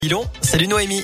Milon, salut Noémie.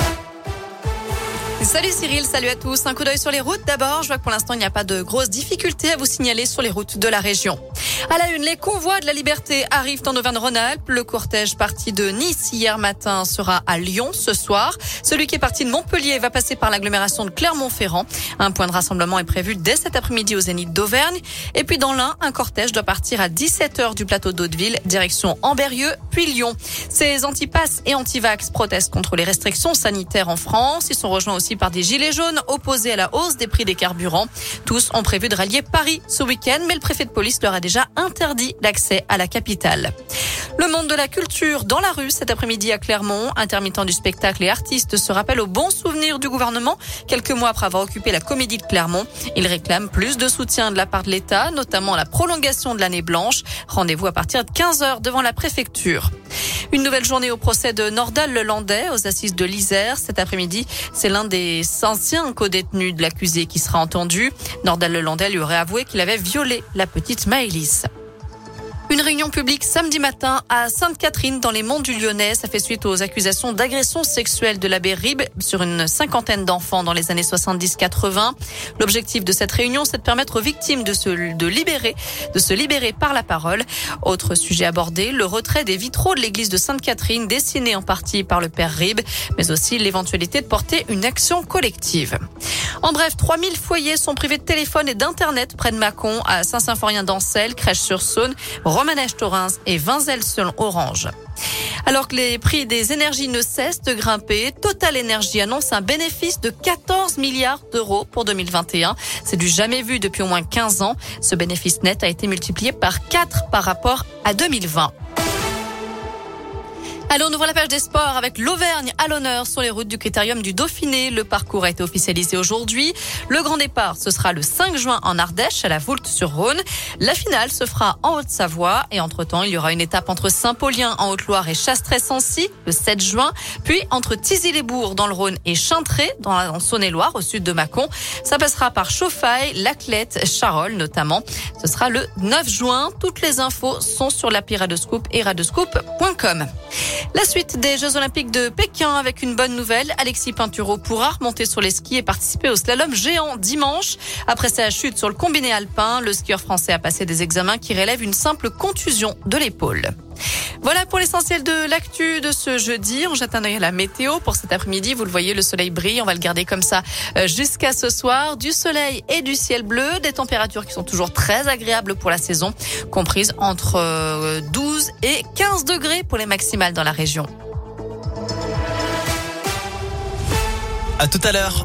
Salut Cyril, salut à tous. Un coup d'œil sur les routes. D'abord, je vois que pour l'instant, il n'y a pas de grosses difficultés à vous signaler sur les routes de la région. À la une, les convois de la liberté arrivent en Auvergne-Rhône-Alpes. Le cortège parti de Nice hier matin sera à Lyon ce soir. Celui qui est parti de Montpellier va passer par l'agglomération de Clermont-Ferrand. Un point de rassemblement est prévu dès cet après-midi au Zénith d'Auvergne. Et puis dans l'Ain, un cortège doit partir à 17h du plateau d'Hauteville, direction Ambérieu, puis Lyon. Ces anti-pass et anti-vax protestent contre les restrictions sanitaires en France. Ils sont rejoints aussi par des gilets jaunes opposés à la hausse des prix des carburants. Tous ont prévu de rallier Paris ce week-end, mais le préfet de police leur a déjà interdit l'accès à la capitale. Le monde de la culture dans la rue cet après-midi à Clermont. Intermittents du spectacle et artistes se rappellent aux bons souvenirs du gouvernement quelques mois après avoir occupé la Comédie de Clermont. Ils réclament plus de soutien de la part de l'État, notamment la prolongation de l'année blanche. Rendez-vous à partir de 15h devant la préfecture. Une nouvelle journée au procès de Nordal-Lelandais aux assises de l'Isère. Cet après-midi, c'est l'un des anciens codétenus de l'accusé qui sera entendu. Nordal-Lelandais lui aurait avoué qu'il avait violé la petite Maëlys. Une réunion publique samedi matin à Sainte-Catherine dans les Monts du Lyonnais. Ça fait suite aux accusations d'agression sexuelle de l'abbé Ribes sur une cinquantaine d'enfants dans les années 70-80. L'objectif de cette réunion, c'est de permettre aux victimes de se libérer par la parole. Autre sujet abordé, le retrait des vitraux de l'église de Sainte-Catherine, dessinés en partie par le père Ribes, mais aussi l'éventualité de porter une action collective. En bref, 3000 foyers sont privés de téléphone et d'internet près de Mâcon, à Saint-Symphorien-d'Ancel, Crèche-sur-Saône, Romanèche-Thorens et Vinzelles-Orange. Alors que les prix des énergies ne cessent de grimper, Total Energy annonce un bénéfice de 14 milliards d'euros pour 2021. C'est du jamais vu depuis au moins 15 ans. Ce bénéfice net a été multiplié par 4 par rapport à 2020. Allez, on ouvre la page des sports avec l'Auvergne à l'honneur sur les routes du Critérium du Dauphiné. Le parcours a été officialisé aujourd'hui. Le grand départ, ce sera le 5 juin en Ardèche, à la Voulte-sur-Rhône. La finale se fera en Haute-Savoie. Et entre-temps, il y aura une étape entre Saint-Paulien en Haute-Loire et Chastres-Sancy le 7 juin. Puis entre Thizy-les-Bourgs dans le Rhône et Chintré en Saône-et-Loire, au sud de Mâcon. Ça passera par Chauffaille, Laclette, Charolles notamment. Ce sera le 9 juin. Toutes les infos sont sur l'appli Radioscoop et radioscoop.com. La suite des Jeux Olympiques de Pékin avec une bonne nouvelle. Alexis Pinturo pourra remonter sur les skis et participer au slalom géant dimanche. Après sa chute sur le combiné alpin, le skieur français a passé des examens qui relèvent une simple contusion de l'épaule. Voilà pour l'essentiel de l'actu de ce jeudi. On jette un œil à la météo pour cet après-midi. Vous le voyez, le soleil brille. On va le garder comme ça jusqu'à ce soir. Du soleil et du ciel bleu. Des températures qui sont toujours très agréables pour la saison, comprises entre 12 et 15 degrés pour les maximales dans la région. À tout à l'heure.